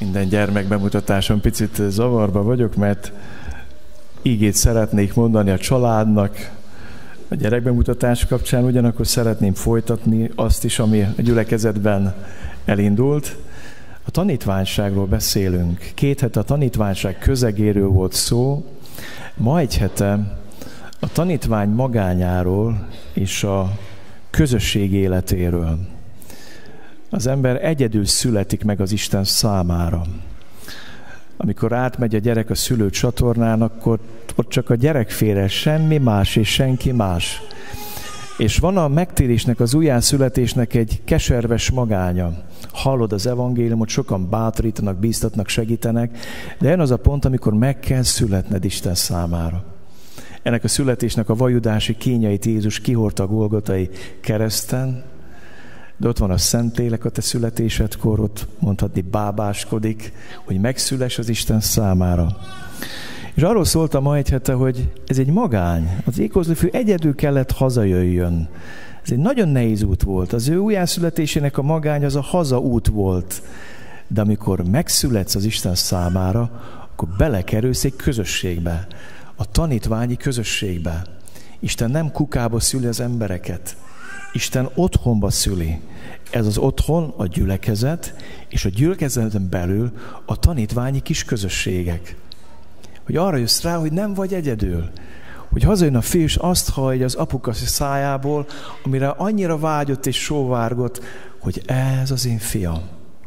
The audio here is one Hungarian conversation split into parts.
Minden gyermekbemutatáson picit zavarba vagyok, mert ígét szeretnék mondani a családnak a gyerekbemutatás kapcsán, ugyanakkor szeretném folytatni azt is, ami a gyülekezetben elindult. A tanítványságról beszélünk. 2 hete a tanítványság közegéről volt szó, ma 1 hete a tanítvány magányáról és a közösség életéről. Az ember egyedül születik meg az Isten számára. Amikor átmegy a gyerek a szülő csatornán, akkor ott csak a gyerek fér, semmi más és senki más. És van a megtérésnek, az újjászületésnek egy keserves magánya. Hallod az evangéliumot, sokan bátorítanak, bíztatnak, segítenek, de jön az a pont, amikor meg kell születned Isten számára. Ennek a születésnek a vajudási kínjait Jézus kihordta a Golgotai kereszten, de ott van a Szentlélek a te születésedkor, ott mondhatni bábáskodik, hogy megszüless az Isten számára. És arról szólt a ma 1 hete, hogy ez egy magány. Az ékozlófű egyedül kellett hazajöjjön. Ez egy nagyon nehéz út volt. Az ő újjászületésének a magány az a hazaút volt. De amikor megszületsz az Isten számára, akkor belekerülsz egy közösségbe. A tanítványi közösségbe. Isten nem kukába szüli az embereket. Isten otthonba szüli. Ez az otthon a gyülekezet, és a gyülekezeten belül a tanítványi kis közösségek. Hogy arra jössz rá, hogy nem vagy egyedül. Hogy hazajön a fiú, és azt hallja az apuka szájából, amire annyira vágyott és sóvárgott, hogy ez az én fiam.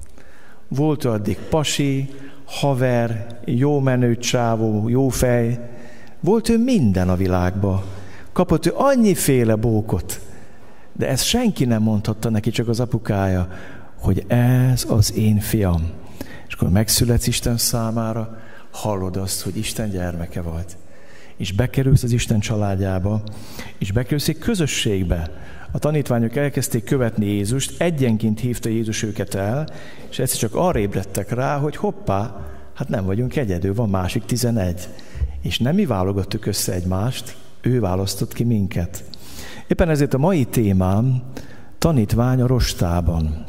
Volt addig pasi, haver, jó menő csávó, jó fej. Volt ő minden a világban. Kapott ő annyiféle bókot. De ezt senki nem mondhatta neki, csak az apukája, hogy ez az én fiam. És akkor megszületsz Isten számára, hallod azt, hogy Isten gyermeke vagy. És bekerülsz az Isten családjába, és bekerülsz egy közösségbe. A tanítványok elkezdték követni Jézust, egyenként hívta Jézus őket el, és egyszer csak arra ébredtek rá, hogy hoppá, hát nem vagyunk egyedül, van másik 11. És nem mi válogattuk össze egymást, ő választott ki minket. Éppen ezért a mai témám tanítvány a rostában.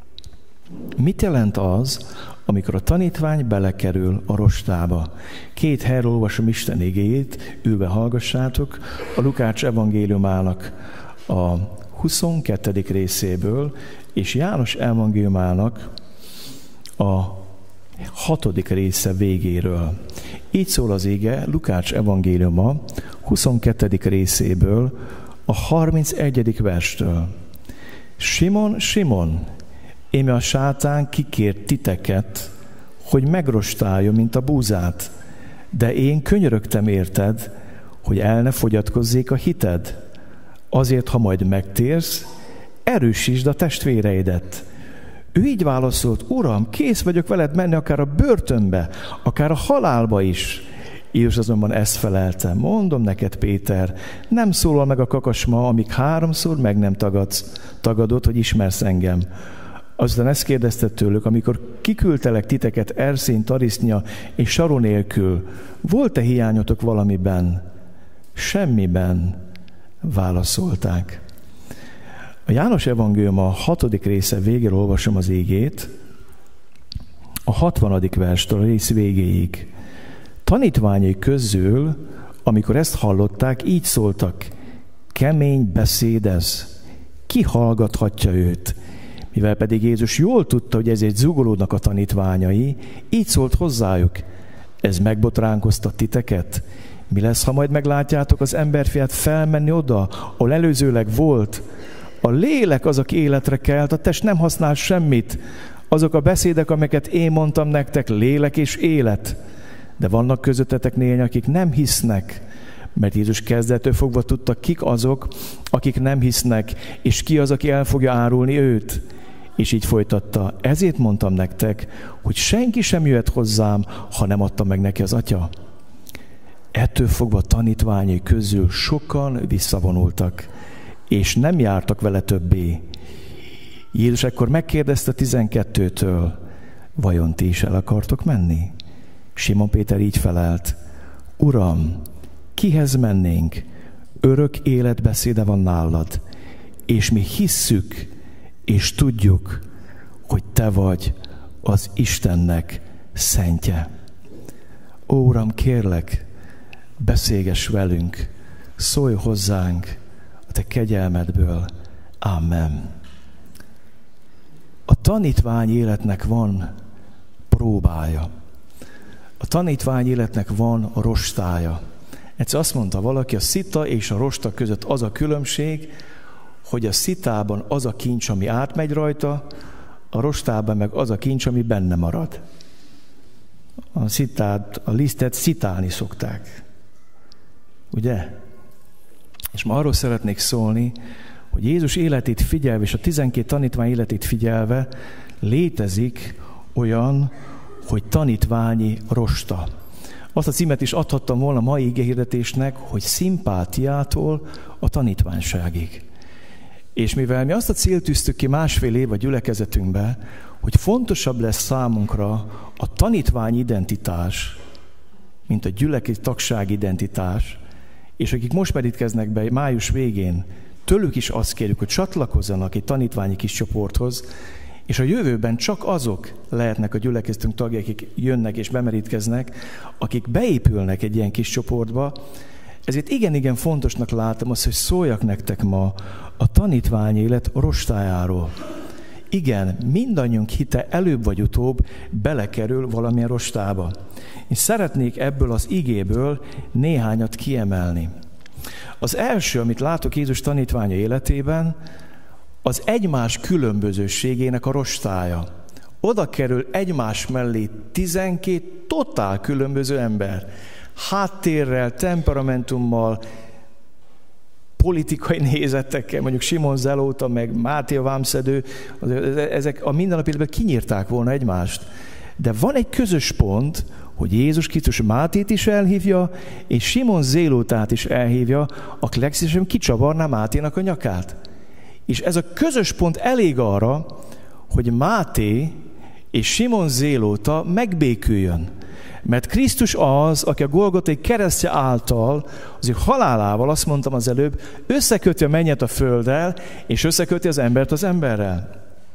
Mit jelent az, amikor a tanítvány belekerül a rostába? 2 helyről olvasom Isten igéjét, ülve hallgassátok, a Lukács evangéliumának a 22. részéből, és János evangéliumának a 6. része végéről. Így szól az ige Lukács evangéliuma 22. részéből, a 31. verstől. Simon, Simon, íme a sátán kikért titeket, hogy megrostáljon, mint a búzát, de én könyörögtem érted, hogy el ne fogyatkozzék a hited. Azért, ha majd megtérsz, erősítsd a testvéreidet. Ő így válaszolt, Uram, kész vagyok veled menni akár a börtönbe, akár a halálba is. Jézus azonban ezt felelte, mondom neked, Péter, nem szólal meg a kakas ma, amíg 3-szor meg nem tagadod, hogy ismersz engem. Azután ezt kérdezte tőlük, amikor kiküldtelek titeket Erszén, Tarisznya és Saron nélkül, volt-e hiányotok valamiben? Semmiben, válaszolták. A János evangélium a 6. része végéről olvasom az igét, a 60. verstől a rész végéig. Tanítványai közül, amikor ezt hallották, így szóltak, kemény beszéd ez, ki hallgathatja őt? Mivel pedig Jézus jól tudta, hogy ezért zugolódnak a tanítványai, így szólt hozzájuk, ez megbotránkoztat titeket? Mi lesz, ha majd meglátjátok az emberfiát felmenni oda, ahol előzőleg volt? A lélek az, aki életre kelt, a test nem használ semmit. Azok a beszédek, amiket én mondtam nektek, lélek és élet. De vannak közöttetek néhány, akik nem hisznek, mert Jézus kezdettől fogva tudta, kik azok, akik nem hisznek, és ki az, aki el fogja árulni őt. És így folytatta, ezért mondtam nektek, hogy senki sem jöhet hozzám, ha nem adta meg neki az Atya. Ettől fogva tanítványai közül sokan visszavonultak, és nem jártak vele többé. Jézus ekkor megkérdezte 12-től, vajon ti is el akartok menni? Simon Péter így felelt, Uram, kihez mennénk? Örök életbeszéde van nálad, és mi hisszük, és tudjuk, hogy te vagy az Istennek szentje. Ó, Uram, kérlek, beszélgess velünk, szólj hozzánk a Te kegyelmedből. Amen. A tanítvány életnek van próbája. A tanítvány életnek van rostája. Egyszer azt mondta valaki, a szita és a rosta között az a különbség, hogy a szitában az a kincs, ami átmegy rajta, a rostában meg az a kincs, ami benne marad. A lisztet szitálni szokták. Ugye? És ma arról szeretnék szólni, hogy Jézus életét figyelve, és a 12 tanítvány életét figyelve létezik olyan, hogy tanítványi rosta. Azt a címet is adhattam volna a mai igehirdetésnek, hogy szimpátiától a tanítványságig. És mivel mi azt a célt tűztük ki 1,5 év a gyülekezetünkbe, hogy fontosabb lesz számunkra a tanítvány identitás, mint a gyülekezeti tagság identitás, és akik most merítkeznek be május végén, tőlük is azt kérjük, hogy csatlakozzanak egy tanítványi kis csoporthoz, és a jövőben csak azok lehetnek a gyülekezetünk tagjai, akik jönnek és bemerítkeznek, akik beépülnek egy ilyen kis csoportba. Ezért igen fontosnak látom azt, hogy szóljak nektek ma a tanítvány élet rostájáról. Igen, mindannyiunk hite előbb vagy utóbb belekerül valamilyen rostába. És szeretnék ebből az igéből néhányat kiemelni. Az első, amit látok Jézus tanítványa életében, az egymás különbözőségének a rostája. Oda kerül egymás mellé 12 totál különböző ember. Háttérrel, temperamentummal, politikai nézetekkel, mondjuk Simon Zelóta, meg Máté a vámszedő, ezek a mindennapi életben kinyírták volna egymást. De van egy közös pont, hogy Jézus Krisztus Mátét is elhívja, és Simon Zélótát is elhívja, aki legszívesebben kicsavarná Máténak a nyakát. És ez a közös pont elég arra, hogy Máté és Simon Zélóta megbéküljön. Mert Krisztus az, aki a Golgotai keresztje által, az ő halálával, azt mondtam az előbb, összeköti a mennyet a földdel, és összeköti az embert az emberrel.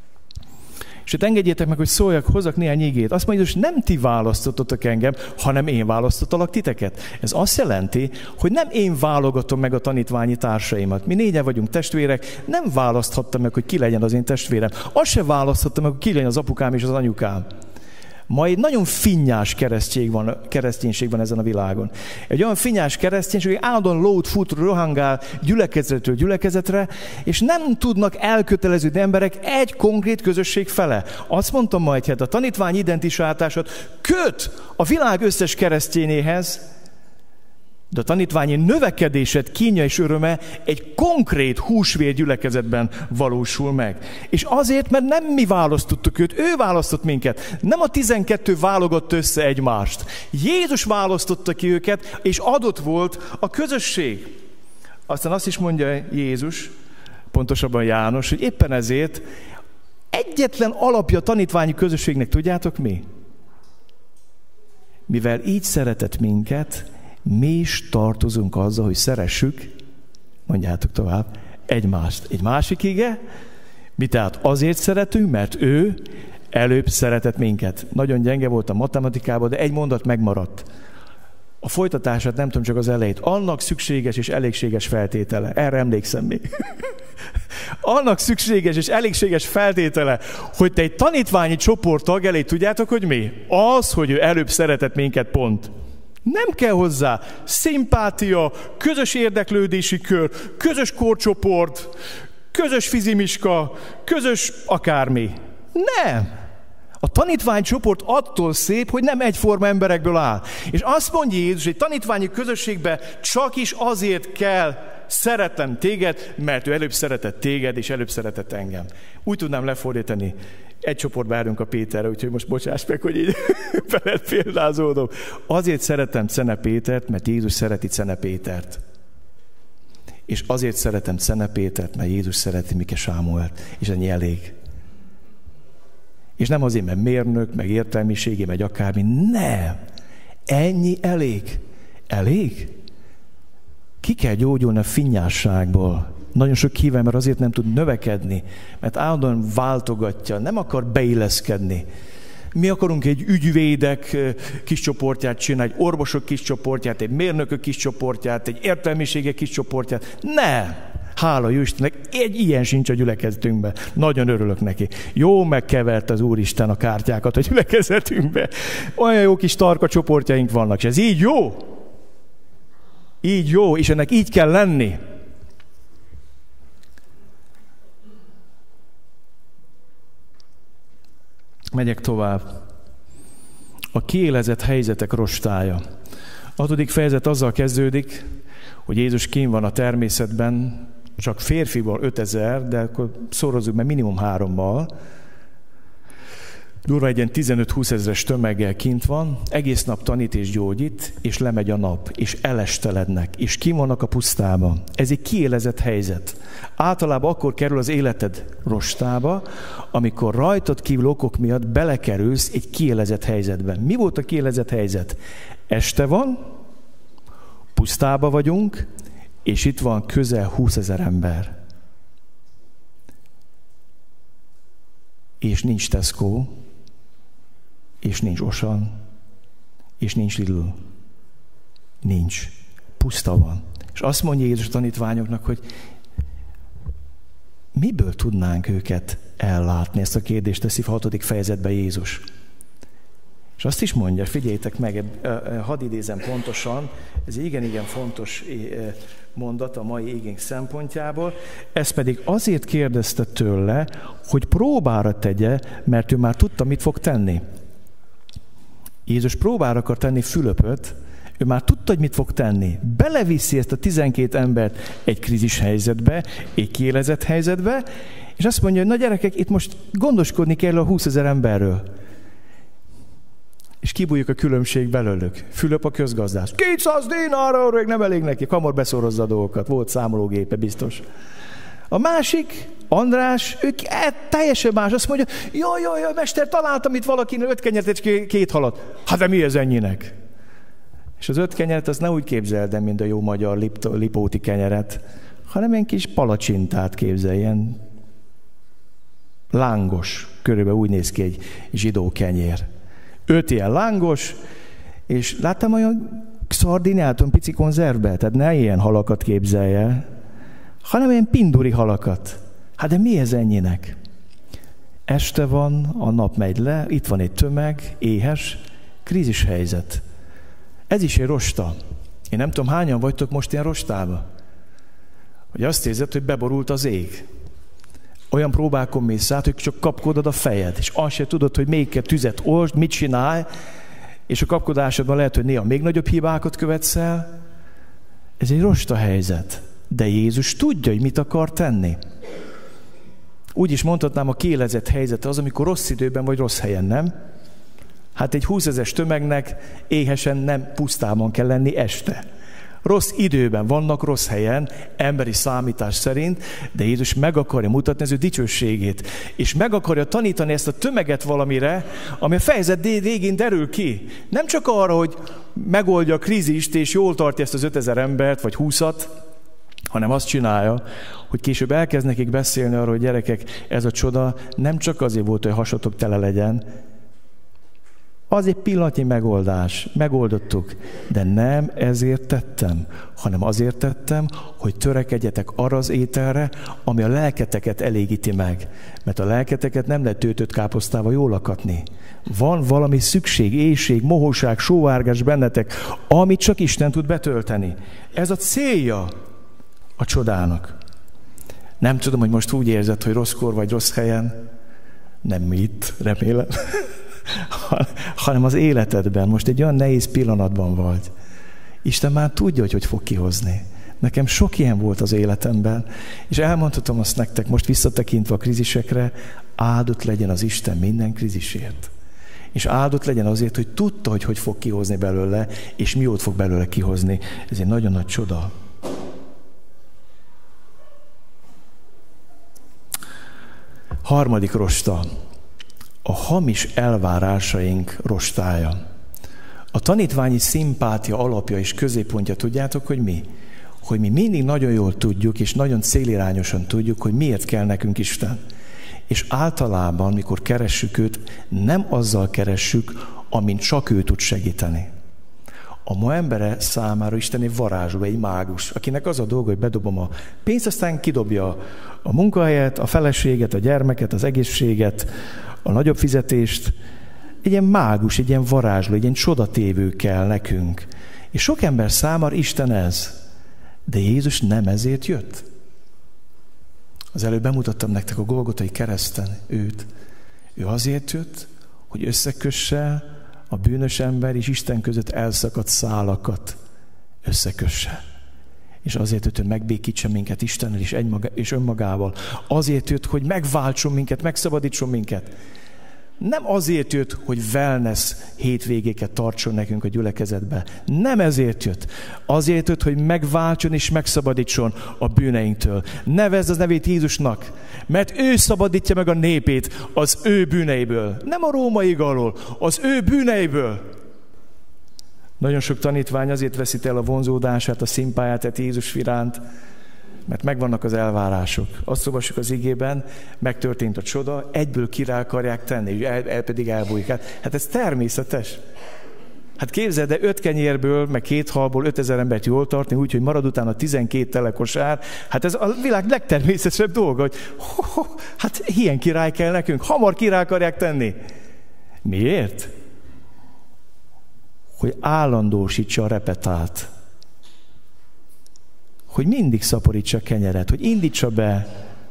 És itt engedjétek meg, hogy szóljak, hozzak néhány igét. Azt mondja, hogy nem ti választottatok engem, hanem én választottalak titeket. Ez azt jelenti, hogy nem én válogatom meg a tanítványi társaimat. Mi 4-en vagyunk testvérek, nem választhattam meg, hogy ki legyen az én testvérem. Azt se választhattam meg, hogy ki legyen az apukám és az anyukám. Ma egy nagyon finnyás kereszténység van ezen a világon. Egy olyan finnyás kereszténység, hogy állandóan lót fut, rohangál gyülekezetről gyülekezetre, és nem tudnak elköteleződni emberek egy konkrét közösség fele. Azt mondtam ma egy a tanítvány identitását köt a világ összes keresztényéhez, de a tanítványi növekedésed, kínja és öröme egy konkrét húsvér gyülekezetben valósul meg. És azért, mert nem mi választottuk őt, ő választott minket. Nem a 12 válogatott össze egymást. Jézus választotta ki őket, és adott volt a közösség. Aztán azt is mondja Jézus, pontosabban János, hogy éppen ezért egyetlen alapja a tanítványi közösségnek, tudjátok mi? Mivel így szeretett minket, mi is tartozunk azzal, hogy szeressük, mondjátok tovább, egymást. Egy másik ige, mi tehát azért szeretünk, mert ő előbb szeretett minket. Nagyon gyenge volt a matematikában, de egy mondat megmaradt. A folytatását nem tudom, csak az elejét. Annak szükséges és elégséges feltétele. Erre emlékszem még. Annak szükséges és elégséges feltétele, hogy te egy tanítványi csoport tag elé, tudjátok, hogy mi? Az, hogy ő előbb szeretett minket, pont. Nem kell hozzá szimpátia, közös érdeklődési kör, közös korcsoport, közös fizimiska, közös akármi. Nem! A tanítványcsoport attól szép, hogy nem egyforma emberekből áll. És azt mondja Jézus, hogy tanítványi közösségbe csak is azért kell szeretnem téged, mert ő előbb szeretett téged, és előbb szeretett engem. Úgy tudnám lefordítani. Egy csoportba járunk a Péterre, úgyhogy most bocsáss meg, hogy így veled példázódom. Azért szeretem Cene Pétert, mert Jézus szereti Cene Pétert. És azért szeretem Cene Pétert, mert Jézus szereti Mike Sámuelt. És ennyi elég. És nem azért, mert mérnök, meg értelmiségi, meg akármi. Nem. Ennyi elég. Elég? Ki kell gyógyulni a finnyásságból. Nagyon sok hívő ember azért nem tud növekedni, mert állandóan váltogatja, nem akar beilleszkedni. Mi akarunk egy ügyvédek kis csoportját csinálni, egy orvosok kis csoportját, egy mérnökök kis csoportját, egy értelmiségek kis csoportját. Ne! Hála jó Istennek, egy ilyen sincs a gyülekezetünkben. Nagyon örülök neki. Jó megkevert az Úristen a kártyákat a gyülekezetünkbe. Olyan jó kis tarka csoportjaink vannak, és ez így jó. Így jó, és ennek így kell lenni. Megyek tovább. A kiélezett helyzetek rostája. A 6. fejezet azzal kezdődik, hogy Jézus kint van a természetben, csak férfival 5000, de akkor szorozzuk meg minimum 3-mal. Durva egy ilyen 15-20 ezres tömeggel kint van, egész nap tanít és gyógyít, és lemegy a nap, és elestelednek, és kint vannak a pusztába. Ez egy kiélezett helyzet. Általában akkor kerül az életed rostába, amikor rajtad kívül okok miatt belekerülsz egy kiélezett helyzetbe. Mi volt a kiélezett helyzet? Este van, pusztába vagyunk, és itt van közel 20 000 ember. És nincs Tesco, és nincs Osan, és nincs Lidl. Nincs. Puszta van. És azt mondja Jézus a tanítványoknak, hogy miből tudnánk őket ellátni? Ezt a kérdést teszi a 6. fejezetben Jézus. És azt is mondja, figyeljétek meg, hadd idézem pontosan, ez igen fontos mondat a mai igénk szempontjából, ez pedig azért kérdezte tőle, hogy próbára tegye, mert ő már tudta, mit fog tenni. Jézus próbára akar tenni Fülöpöt, ő már tudta, hogy mit fog tenni. Beleviszi ezt a 12 embert egy krízis helyzetbe, egy kiélezett helyzetbe, és azt mondja, hogy na gyerekek, itt most gondoskodni kell a 20 000 emberről. És kibújjuk a különbség belőlük. Fülöp a közgazdász. 200 dinárra, még nem elég neki. Hamar beszorozza a dolgokat. Volt számológépe biztos. A másik, András, ő teljesen más. Azt mondja, jaj, mester, találtam itt valakinek 5 kenyeret és 2 halat. Hát de mi ez ennyinek? És az 5 kenyeret azt ne úgy képzeld el, mint a jó magyar lipóti kenyeret, hanem ilyen kis palacsintát képzelj, ilyen lángos. Körülbelül úgy néz ki egy zsidó kenyér. 5 ilyen lángos, és láttam olyan szardiniát, olyan pici konzervbe, tehát ne ilyen halakat képzelj el, hanem ilyen pinduri halakat. Hát de mi ez ennyinek? Este van, a nap megy le, itt van egy tömeg, éhes, krízis helyzet. Ez is egy rosta. Én nem tudom, hányan vagytok most ilyen rostába? Hogy azt érzed, hogy beborult az ég. Olyan próbákon mész át, hogy csak kapkodod a fejed, és azt se tudod, hogy melyiket tüzet oltsd, mit csinálj, és a kapkodásodban lehet, hogy néha még nagyobb hibákat követsz el. Ez egy rosta helyzet. De Jézus tudja, hogy mit akar tenni. Úgy is mondhatnám, a kiélezett helyzet az, amikor rossz időben vagy rossz helyen, nem? Hát egy 20 000 tömegnek éhesen nem pusztában kell lenni este. Rossz időben vannak, rossz helyen, emberi számítás szerint, de Jézus meg akarja mutatni az ő dicsőségét. És meg akarja tanítani ezt a tömeget valamire, ami a fejezet végén derül ki. Nem csak arra, hogy megoldja a krízist, és jól tartja ezt az 5000 embert, vagy 20-at, hanem azt csinálja, hogy később elkezd nekik beszélni arról, hogy gyerekek, ez a csoda nem csak azért volt, hogy hasatok tele legyen, az egy pillanatnyi megoldás, megoldottuk, de nem ezért tettem, hanem azért tettem, hogy törekedjetek arra az ételre, ami a lelketeket elégíti meg. Mert a lelketeket nem lehet töltött káposztával jól lakatni. Van valami szükség, éhség, mohóság, sóvárgás bennetek, amit csak Isten tud betölteni. Ez a célja a csodának. Nem tudom, hogy most úgy érzed, hogy rosszkor vagy rossz helyen. Nem itt, remélem. Hanem az életedben, most egy olyan nehéz pillanatban vagy. Isten már tudja, hogy fog kihozni. Nekem sok ilyen volt az életemben, és elmondhatom azt nektek, most visszatekintve a krízisekre, áldott legyen az Isten minden krízisért. És áldott legyen azért, hogy tudta, hogy fog kihozni belőle, és mióta fog belőle kihozni. Ez egy nagyon nagy csoda. Harmadik rosta. A hamis elvárásaink rostája. A tanítványi szimpátia alapja és középpontja tudjátok, hogy mi? Hogy mi mindig nagyon jól tudjuk, és nagyon célirányosan tudjuk, hogy miért kell nekünk Isten. És általában, mikor keressük őt, nem azzal keressük, amint csak ő tud segíteni. A ma embere számára Isten egy varázsló, egy mágus, akinek az a dolga, hogy bedobom a pénzt, aztán kidobja a munkahelyet, a feleséget, a gyermeket, az egészséget, a nagyobb fizetést. Egy ilyen mágus, egy ilyen varázsló, egy ilyen csodatévő kell nekünk. És sok ember számára Isten ez. De Jézus nem ezért jött. Az előbb bemutattam nektek a Golgotai kereszten őt. Ő azért jött, hogy összekösse a bűnös ember és Isten között elszakadt szálakat. Összekösse. És azért jött, hogy megbékítsen minket Istennel és önmagával. Azért jött, hogy megváltson minket, megszabadítson minket. Nem azért jött, hogy wellness hétvégéket tartson nekünk a gyülekezetbe. Nem ezért jött. Azért jött, hogy megváltson és megszabadítson a bűneinktől. Nevezd az nevét Jézusnak, mert ő szabadítja meg a népét az ő bűneiből. Nem a római alól, az ő bűneiből. Nagyon sok tanítvány azért veszít el a vonzódását, a szimpáját Jézus iránt, mert megvannak az elvárások. Azt olvassuk az igében, megtörtént a csoda, egyből kirá akarják tenni, és pedig elbújik. Hát ez természetes. Hát képzeld, de 5 kenyérből, meg 2 halból 5000 embert jól tartani, úgyhogy marad utána 12 telekosár. Hát ez a világ legtermészetesebb dolga, hogy hát ilyen király kell nekünk, hamar kirá akarják tenni. Miért? Hogy állandósítsa a repetát. Hogy mindig szaporítsa a kenyeret, hogy indítsa be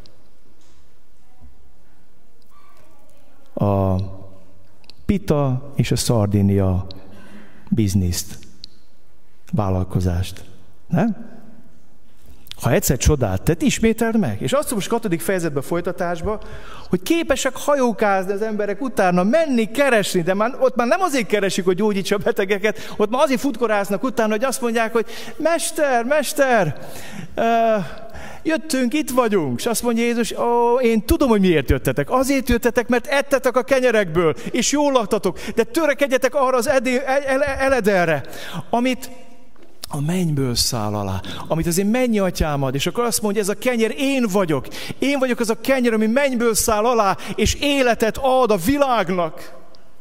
a pita és a szardinia bizniszt, vállalkozást. Nem? Ha egyszer csodát tett, ismételd meg. És azt most 6. fejezetben folytatásban, hogy képesek hajókázni az emberek utána, menni, keresni, de ott már nem azért keresik, hogy gyógyítsa a betegeket, ott már azért futkoráznak utána, hogy azt mondják, hogy Mester, jöttünk, itt vagyunk. És azt mondja Jézus, én tudom, hogy miért jöttetek. Azért jöttetek, mert ettetek a kenyerekből, és jól laktatok, de törekedjetek arra az eledelre, amit a mennyből száll alá, amit az én mennyi atyám ad, és akkor azt mondja, ez a kenyer én vagyok az a kenyer, ami mennyből száll alá, és életet ad a világnak.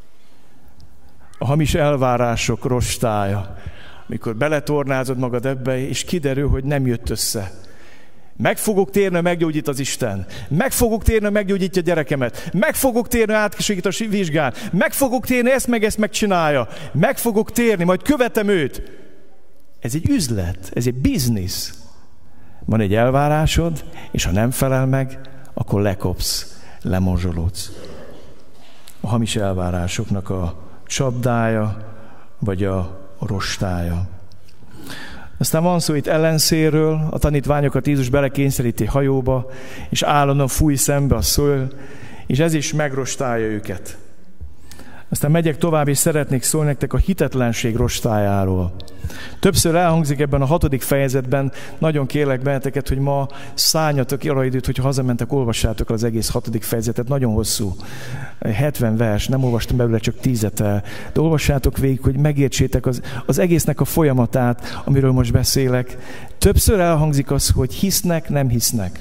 A hamis elvárások rostája, amikor beletornázod magad ebbe, és kiderül, hogy nem jött össze. Meg fogok térni, meggyógyít az Isten. Meg fogok térni, meggyógyítja a gyerekemet. Meg fogok térni, átkisegít a vizsgán. Meg fogok térni, ezt megcsinálja. Meg fogok térni, majd követem őt. Ez egy üzlet, ez egy biznisz. Van egy elvárásod, és ha nem felel meg, akkor lekopsz, lemorzsolódsz. A hamis elvárásoknak a csapdája, vagy a rostája. Aztán van szó itt ellenszélről, a tanítványokat Jézus belekényszeríti hajóba, és állandóan fúj szembe a szöl, és ez is megrostálja őket. Aztán megyek tovább, és szeretnék szólni nektek a hitetlenség rostájáról. Többször elhangzik ebben a 6. fejezetben, nagyon kérlek benneteket, hogy ma szálljatok arra időt, hogyha hazamentek, olvassátok az egész 6. fejezetet, nagyon hosszú. 70 vers, nem olvastam belőle, csak 10-et el. De olvassátok végig, hogy megértsétek az egésznek a folyamatát, amiről most beszélek. Többször elhangzik az, hogy hisznek, nem hisznek.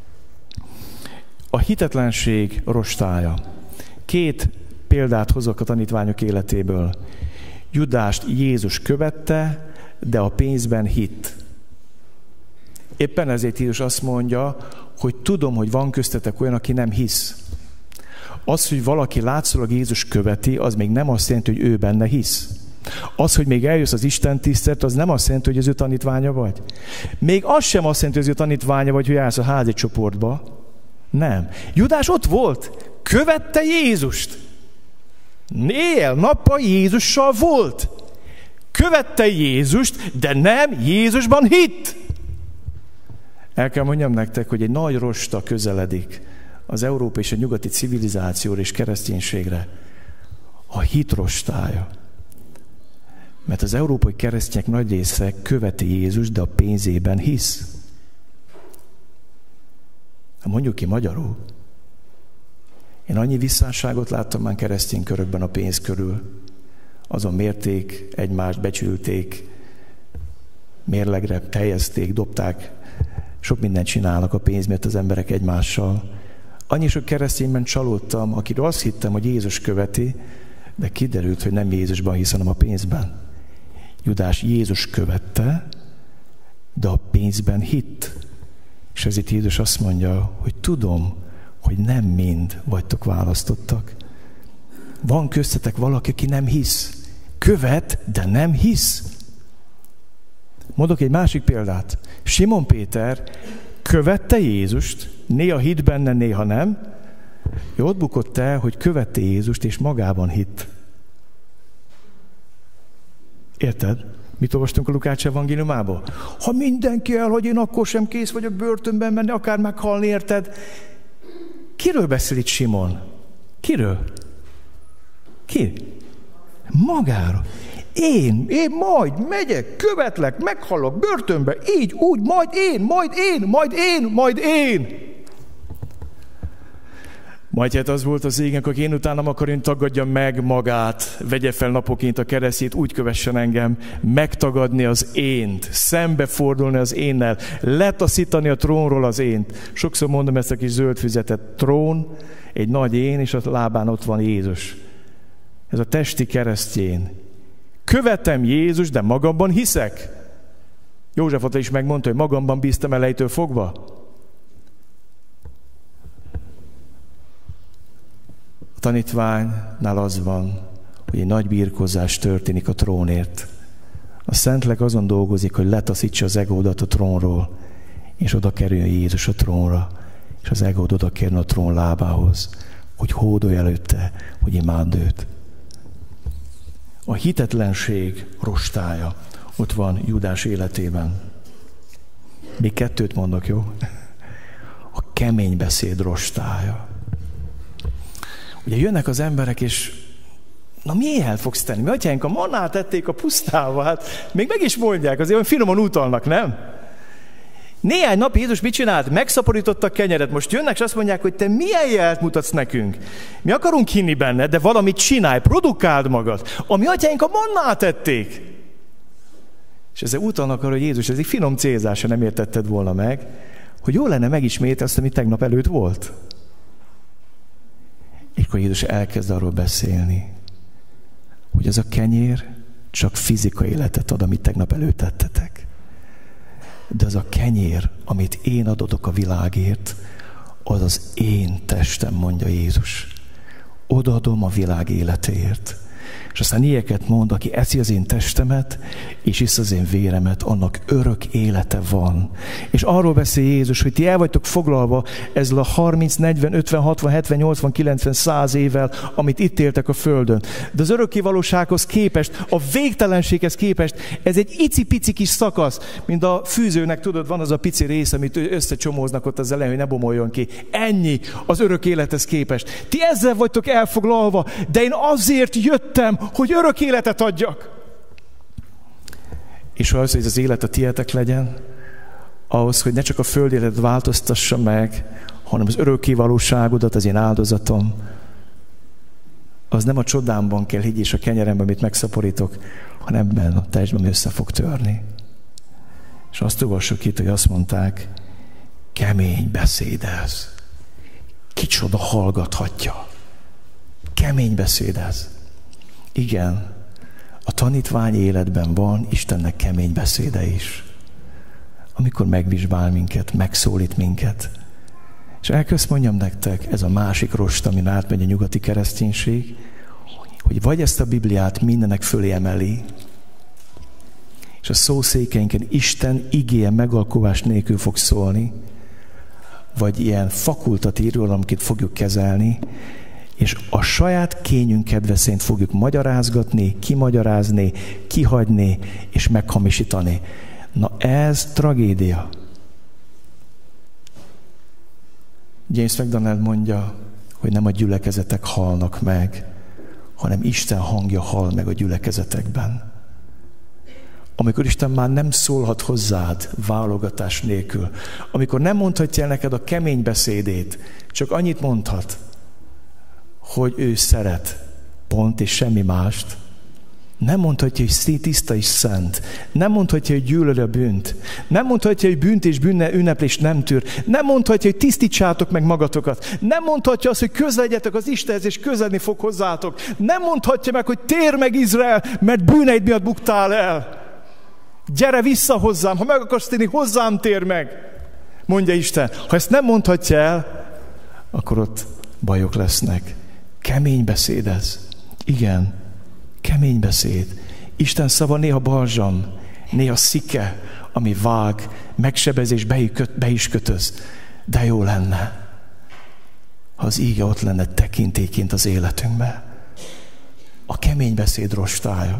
A hitetlenség rostája. 2 példát hozok a tanítványok életéből. Judást Jézus követte, de a pénzben hitt. Éppen ezért Jézus azt mondja, hogy tudom, hogy van köztetek olyan, aki nem hisz. Az, hogy valaki látszólag Jézus követi, az még nem azt jelenti, hogy ő benne hisz. Az, hogy még eljössz az Isten tisztelt, az nem azt jelenti, hogy az ő tanítványa vagy. Még az sem azt jelenti, hogy az ő tanítványa vagy, hogy állsz a házi csoportba. Nem. Judás ott volt, követte Jézust. Éjjel-nappal Jézussal volt. Követte Jézust, de nem Jézusban hitt. El kell mondjam nektek, hogy egy nagy rosta közeledik az európai és a nyugati civilizációra és kereszténységre. A hit rostája. Mert az európai keresztények nagy része követi Jézust, de a pénzében hisz. Mondjuk ki magyarul. Én annyi visszásságot láttam már keresztény körökben a pénz körül. Azon mérték, egymást becsülték, mérlegre helyezték, dobták. Sok mindent csinálnak a pénz miatt az emberek egymással. Annyi sok keresztényben csalódtam, akiről azt hittem, hogy Jézus követi, de kiderült, hogy nem Jézusban hisz, hanem a pénzben. Judás Jézus követte, de a pénzben hitt. És ezért Jézus azt mondja, hogy tudom, hogy nem mind vagytok választottak. Van köztetek valaki, aki nem hisz. Követ, de nem hisz. Mondok egy másik példát. Simon Péter követte Jézust, néha hitt benne, néha nem. Ott bukott el, hogy követte Jézust, és magában hitt. Érted? Mit olvastunk a Lukács evangéliumából? Ha mindenki elhagy, én akkor sem kész vagyok börtönben menni, akár meghalni, érted? Kiről beszél itt Simon? Kiről? Ki? Magáról. Én majd megyek, követlek, meghalok börtönbe, így, úgy, majd én. Majd hát az volt az égen, hogy én utánam akarom, tagadja meg magát, vegye fel napoként a keresztjét, úgy kövessen engem, megtagadni az ént, szembefordulni az énnel, letaszítani a trónról az ént. Sokszor mondom ezt a kis zöld füzetet, trón, egy nagy én, és a lábán ott van Jézus. Ez a testi keresztjén. Követem Jézus, de magamban hiszek. József Attila is megmondta, hogy magamban bíztam elejétől fogva. A tanítványnál az van, hogy egy nagy birkózás történik a trónért. A Szentlélek azon dolgozik, hogy letaszítsa az egódat a trónról, és oda kerüljön Jézus a trónra, és az egód oda kerül a trón lábához, hogy hódolj előtte, hogy imádd őt. A hitetlenség rostája ott van Judás életében. Még kettőt mondok, jó? A kemény beszéd rostája. Ugye jönnek az emberek, és na miért fogsz tenni? Mi atyáink a mannát tették a pusztába, hát még meg is mondják, azért olyan finoman utalnak, nem? Néhány nap Jézus mit csinált? Megszaporította a kenyeret. Most jönnek, és azt mondják, hogy te milyen jelt mutatsz nekünk? Mi akarunk hinni benned, de valamit csinálj, produkáld magad. A mi atyáink a mannát tették. És ezzel utalnak arra, hogy Jézus, ez egy finom célzása, nem értetted volna meg, hogy jó lenne megismételni azt, ami tegnap előtt volt. És akkor Jézus elkezd arról beszélni, hogy ez a kenyér csak fizikai életet ad, amit tegnap előtt tettetek. De az a kenyér, amit én adok a világért, az az én testem, mondja Jézus. Odaadom a világ életéért. És aztán ilyeket mond, aki eszi az én testemet, és isz az én véremet, annak örök élete van. És arról beszél Jézus, hogy ti el vagytok foglalva ezzel a 30, 40, 50, 60, 70, 80, 90, 100 évvel, amit itt éltek a földön. De az örökkévalósághoz képest, a végtelenséghez képest, ez egy icipici kis szakasz, mint a fűzőnek, tudod, van az a pici rész, amit összecsomóznak ott az elején, hogy ne bomoljon ki. Ennyi az örök élethez képest. Ti ezzel vagytok elfoglalva, de én azért jöttem, hogy örök életet adjak. És ahhoz, hogy az élet a tietek legyen, ahhoz, hogy ne csak a föld életet változtassa meg, hanem az örökkévalóságodat, az én áldozatom, az nem a csodámban kell, higgy, és a kenyeremben, amit megszaporítok, hanem ebben a testben össze fog törni. És azt olvassuk itt, hogy azt mondták, kemény beszéd ez. Kicsoda hallgathatja. Kemény beszéd ez. Igen, a tanítványi életben van Istennek kemény beszéde is. Amikor megvizsgál minket, megszólít minket. És elkezd mondjam nektek, ez a másik rost, amin átmegy a nyugati kereszténység, hogy vagy ezt a Bibliát mindenek fölé emeli, és a szószékeinken Isten igéje megalkovás nélkül fog szólni, vagy ilyen fakultatív irodalomként fogjuk kezelni, és a saját kényünk kedve szerint fogjuk magyarázgatni, kimagyarázni, kihagyni és meghamisítani. Na ez tragédia. James MacDonald mondja, hogy nem a gyülekezetek halnak meg, hanem Isten hangja hal meg a gyülekezetekben. Amikor Isten már nem szólhat hozzád válogatás nélkül, amikor nem mondhatja el neked a kemény beszédét, csak annyit mondhat, hogy ő szeret, pont és semmi mást, Nem mondhatja, hogy tiszta és szent. Nem mondhatja, hogy gyűlöli a bűnt. Nem mondhatja, hogy bűnt és ünneplést nem tűr. Nem mondhatja, hogy tisztítsátok meg magatokat. Nem mondhatja azt, hogy közeledjetek az Istenhez, és közeledni fog hozzátok. Nem mondhatja meg, hogy térj meg Izrael, mert bűneid miatt buktál el. Gyere vissza hozzám, ha meg akarsz térni, hozzám tér meg, mondja Isten. Ha ezt nem mondhatja el, akkor ott bajok lesznek. Kemény beszéd ez. Igen, kemény beszéd. Isten szava néha balzsam, néha szike, ami vág, megsebez és be is kötöz. De jó lenne, ha az íge ott lenne tekintélyként az életünkben. A kemény beszéd rostája.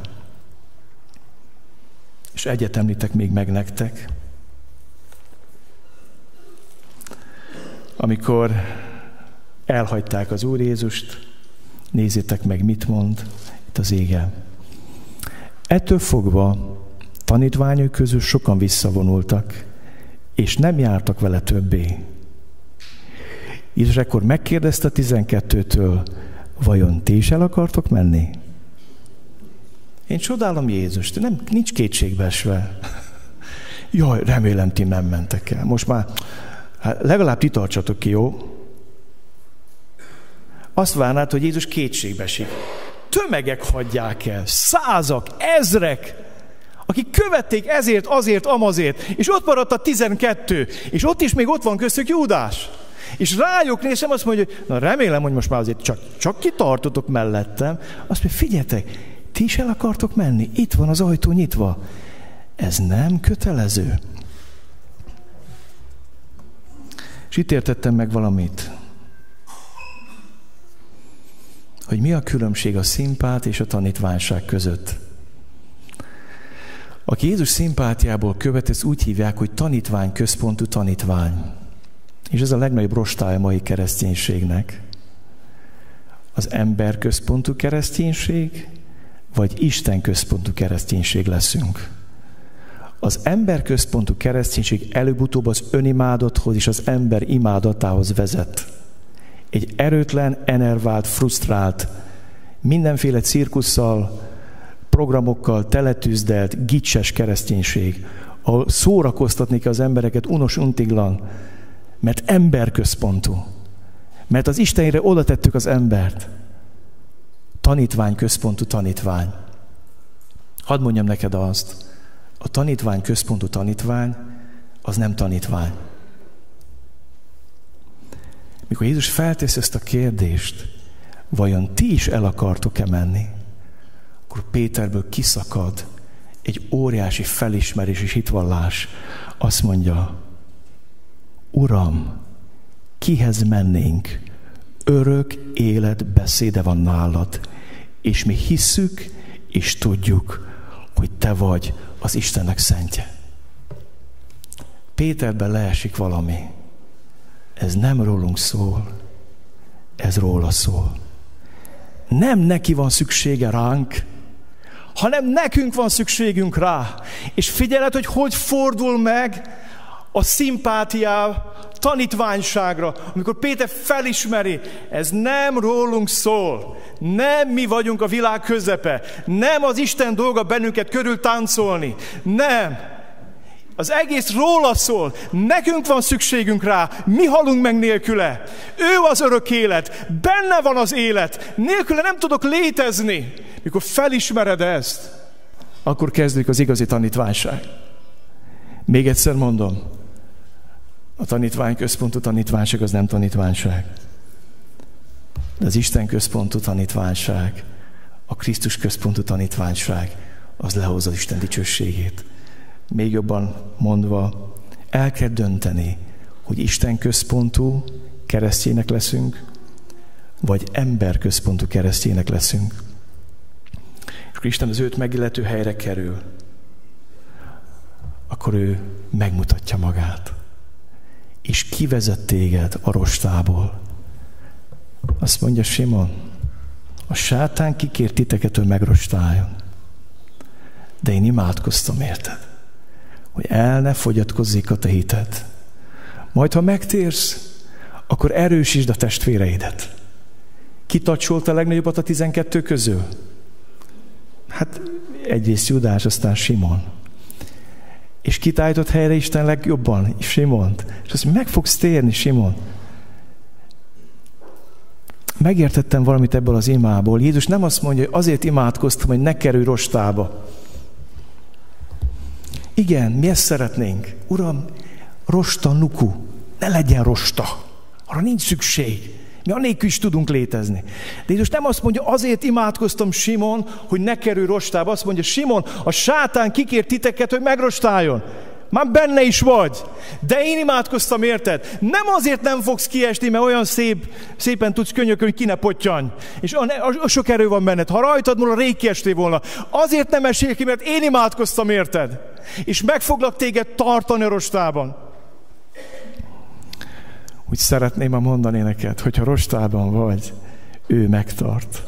És egyet említek még meg nektek. Amikor elhagyták az Úr Jézust, nézzétek meg, mit mond itt az ége. Ettől fogva tanítványok közül sokan visszavonultak, és nem jártak vele többé. És ekkor megkérdezte 12-től, vajon ti is el akartok menni? Én csodálom Jézust, nincs kétségbeesve. Jaj, remélem ti nem mentek el. Most már legalább ti tartsatok ki, jó? Azt várnád, hogy Jézus kétségbe esik. Tömegek hagyják el, százak, ezrek, akik követték ezért, azért, amazért, és ott maradt a 12, és ott is még ott van köztük Júdás. És rájuk nézem, azt mondja, hogy na remélem, hogy most már azért csak kitartotok mellettem. Azt mondja, figyeljetek, ti is el akartok menni? Itt van az ajtó nyitva. Ez nem kötelező. És itt értettem meg valamit. Hogy mi a különbség a szimpát és a tanítványság között. Aki Jézus szimpátiából követ, ezt úgy hívják, hogy tanítvány központú tanítvány. És ez a legnagyobb rostája a mai kereszténységnek. Az ember központú kereszténység, vagy Isten központú kereszténység leszünk. Az ember központú kereszténység előbb-utóbb az önimádathoz és az ember imádatához vezet. Egy erőtlen, enervált, frusztrált, mindenféle cirkusszal, programokkal teletűzdelt, gicses kereszténység, ahol szórakoztatni kell az embereket unos untiglan, mert emberközpontú. Mert az Istenre oda tettük az embert. Tanítvány központú tanítvány. Hadd mondjam neked azt, a tanítvány központú tanítvány, az nem tanítvány. Mikor Jézus feltesz ezt a kérdést, vajon ti is el akartok-e menni? Akkor Péterből kiszakad egy óriási felismerés és hitvallás. Azt mondja, Uram, kihez mennénk? Örök élet beszéde van nálad, és mi hisszük és tudjuk, hogy te vagy az Istennek szentje. Péterben leesik valami. Ez nem rólunk szól, ez róla szól. Nem neki van szüksége ránk, hanem nekünk van szükségünk rá. És figyeled, hogy fordul meg a szimpátiá tanítványságra, amikor Péter felismeri, ez nem rólunk szól, nem mi vagyunk a világ közepe, nem az Isten dolga bennünket körül táncolni, nem. Az egész róla szól, nekünk van szükségünk rá, mi halunk meg nélküle. Ő az örök élet, benne van az élet, nélküle nem tudok létezni. Mikor felismered ezt, akkor kezdődik az igazi tanítványság. Még egyszer mondom, a tanítvány központú tanítványság az nem tanítványság. De az Isten központú tanítványság, a Krisztus központú tanítványság, az lehozza az Isten dicsőségét. Még jobban mondva, el kell dönteni, hogy Isten központú keresztjének leszünk, vagy ember központú keresztjének leszünk. És akkor Isten az őt megillető helyre kerül, akkor ő megmutatja magát, és kivezet téged a rostából. Azt mondja Simon, a sátán kikért titeket, hogy megrostáljon. De én imádkoztam érted, hogy el ne fogyatkozzék a te hited. Majd, ha megtérsz, akkor erősítsd a testvéreidet. Ki tacsolta a legnagyobbat a 12 közül? Hát egyrészt Judás, aztán Simon. És kit állított helyre Isten legjobban? Simont. És azt mondja, meg fogsz térni, Simon. Megértettem valamit ebből az imából. Jézus nem azt mondja, hogy azért imádkoztam, hogy ne kerülj rostába. Igen, mi ezt szeretnénk. Uram, rosta nuku, ne legyen rosta. Arra nincs szükség. Mi anélkül is tudunk létezni. De Jézus nem azt mondja, azért imádkoztam, Simon, hogy ne kerülj rostába. Azt mondja, Simon, a sátán kikért titeket, hogy megrostáljon. Már benne is vagy. De én imádkoztam, érted? Nem azért nem fogsz kiesni, mert olyan szépen tudsz könyökölni, hogy ki ne pottyanj. És sok erő van benned. Ha rajtad volna, rég kiestél volna. Azért nem esél ki, mert én imádkoztam, érted? És meg foglak téged tartani a rostában. Úgy szeretném ma mondani neked, hogyha rostában vagy, ő megtart.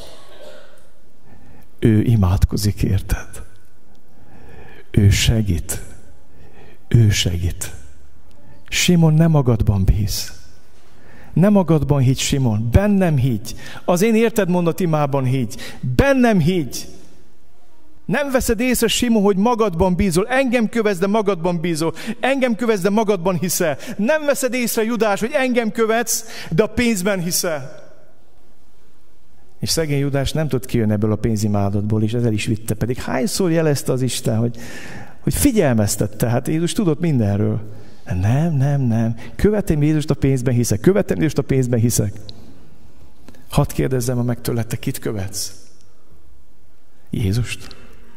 Ő imádkozik, érted? Ő segít. Ő segít. Simon, nem magadban bíz. Nem magadban higgy, Simon. Bennem higgy. Az én érted mondat imában higgy. Bennem higgy. Nem veszed észre, Simon, hogy magadban bízol. Engem követsz, de magadban bízol. Engem követsz, de magadban hiszel. Nem veszed észre, Judás, hogy engem követsz, de a pénzben hiszel. És szegény Judás nem tud kijönni ebből a pénzimádatból, és ezzel is vitte. Pedig hányszor jelezte az Isten, hogy figyelmeztette. Hát Jézus tudott mindenről. Nem. Követem Jézust, a pénzben hiszek. Követem Jézust, a pénzben hiszek. Hadd kérdezzem meg tőled, te kit követsz? Jézust?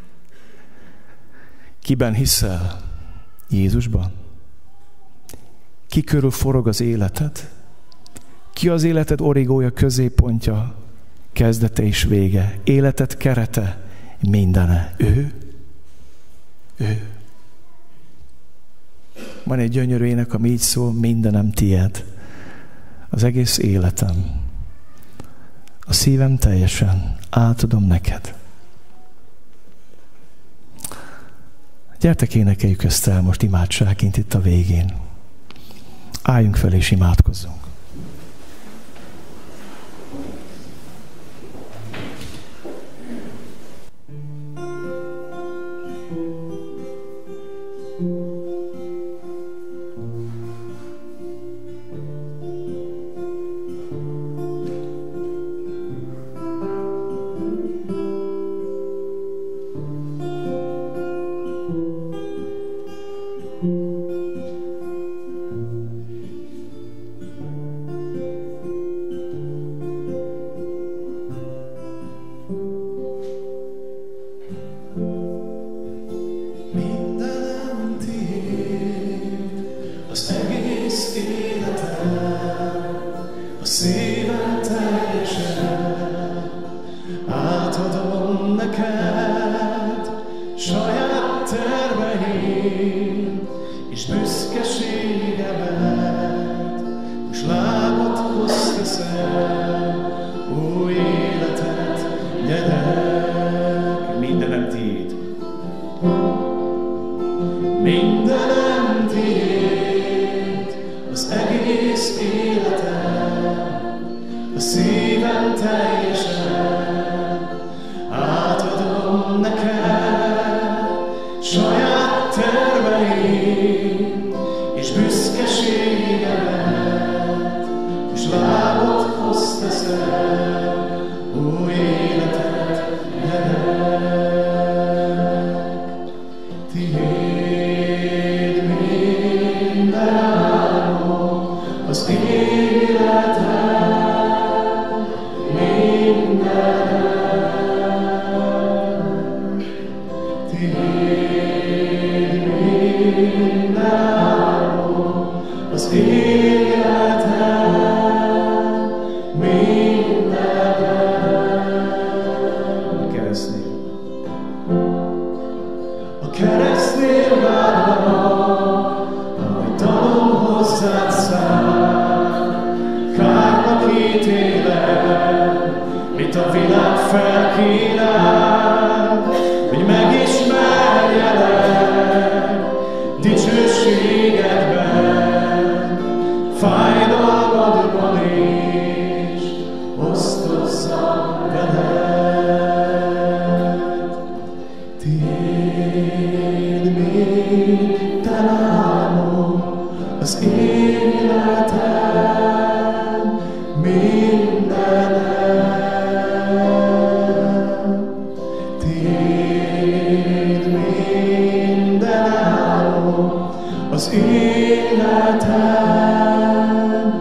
Kiben hiszel? Jézusban? Ki körül forog az életed? Ki az életed origója, középpontja, kezdete és vége? Életed kerete, mindene. Ő? Van egy gyönyörű ének, ami így szól, mindenem tied. Az egész életem. A szívem teljesen átadom neked. Gyertek, énekeljük ezt el most imádságként itt a végén. Álljunk fel és imádkozzunk. az életem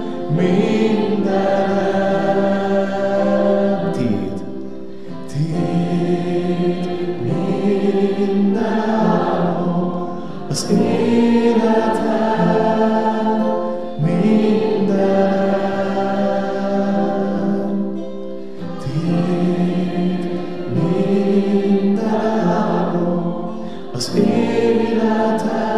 mindenem. Tiéd, tiéd mindenem, az életem mindenem. Tiéd mindenem, az életem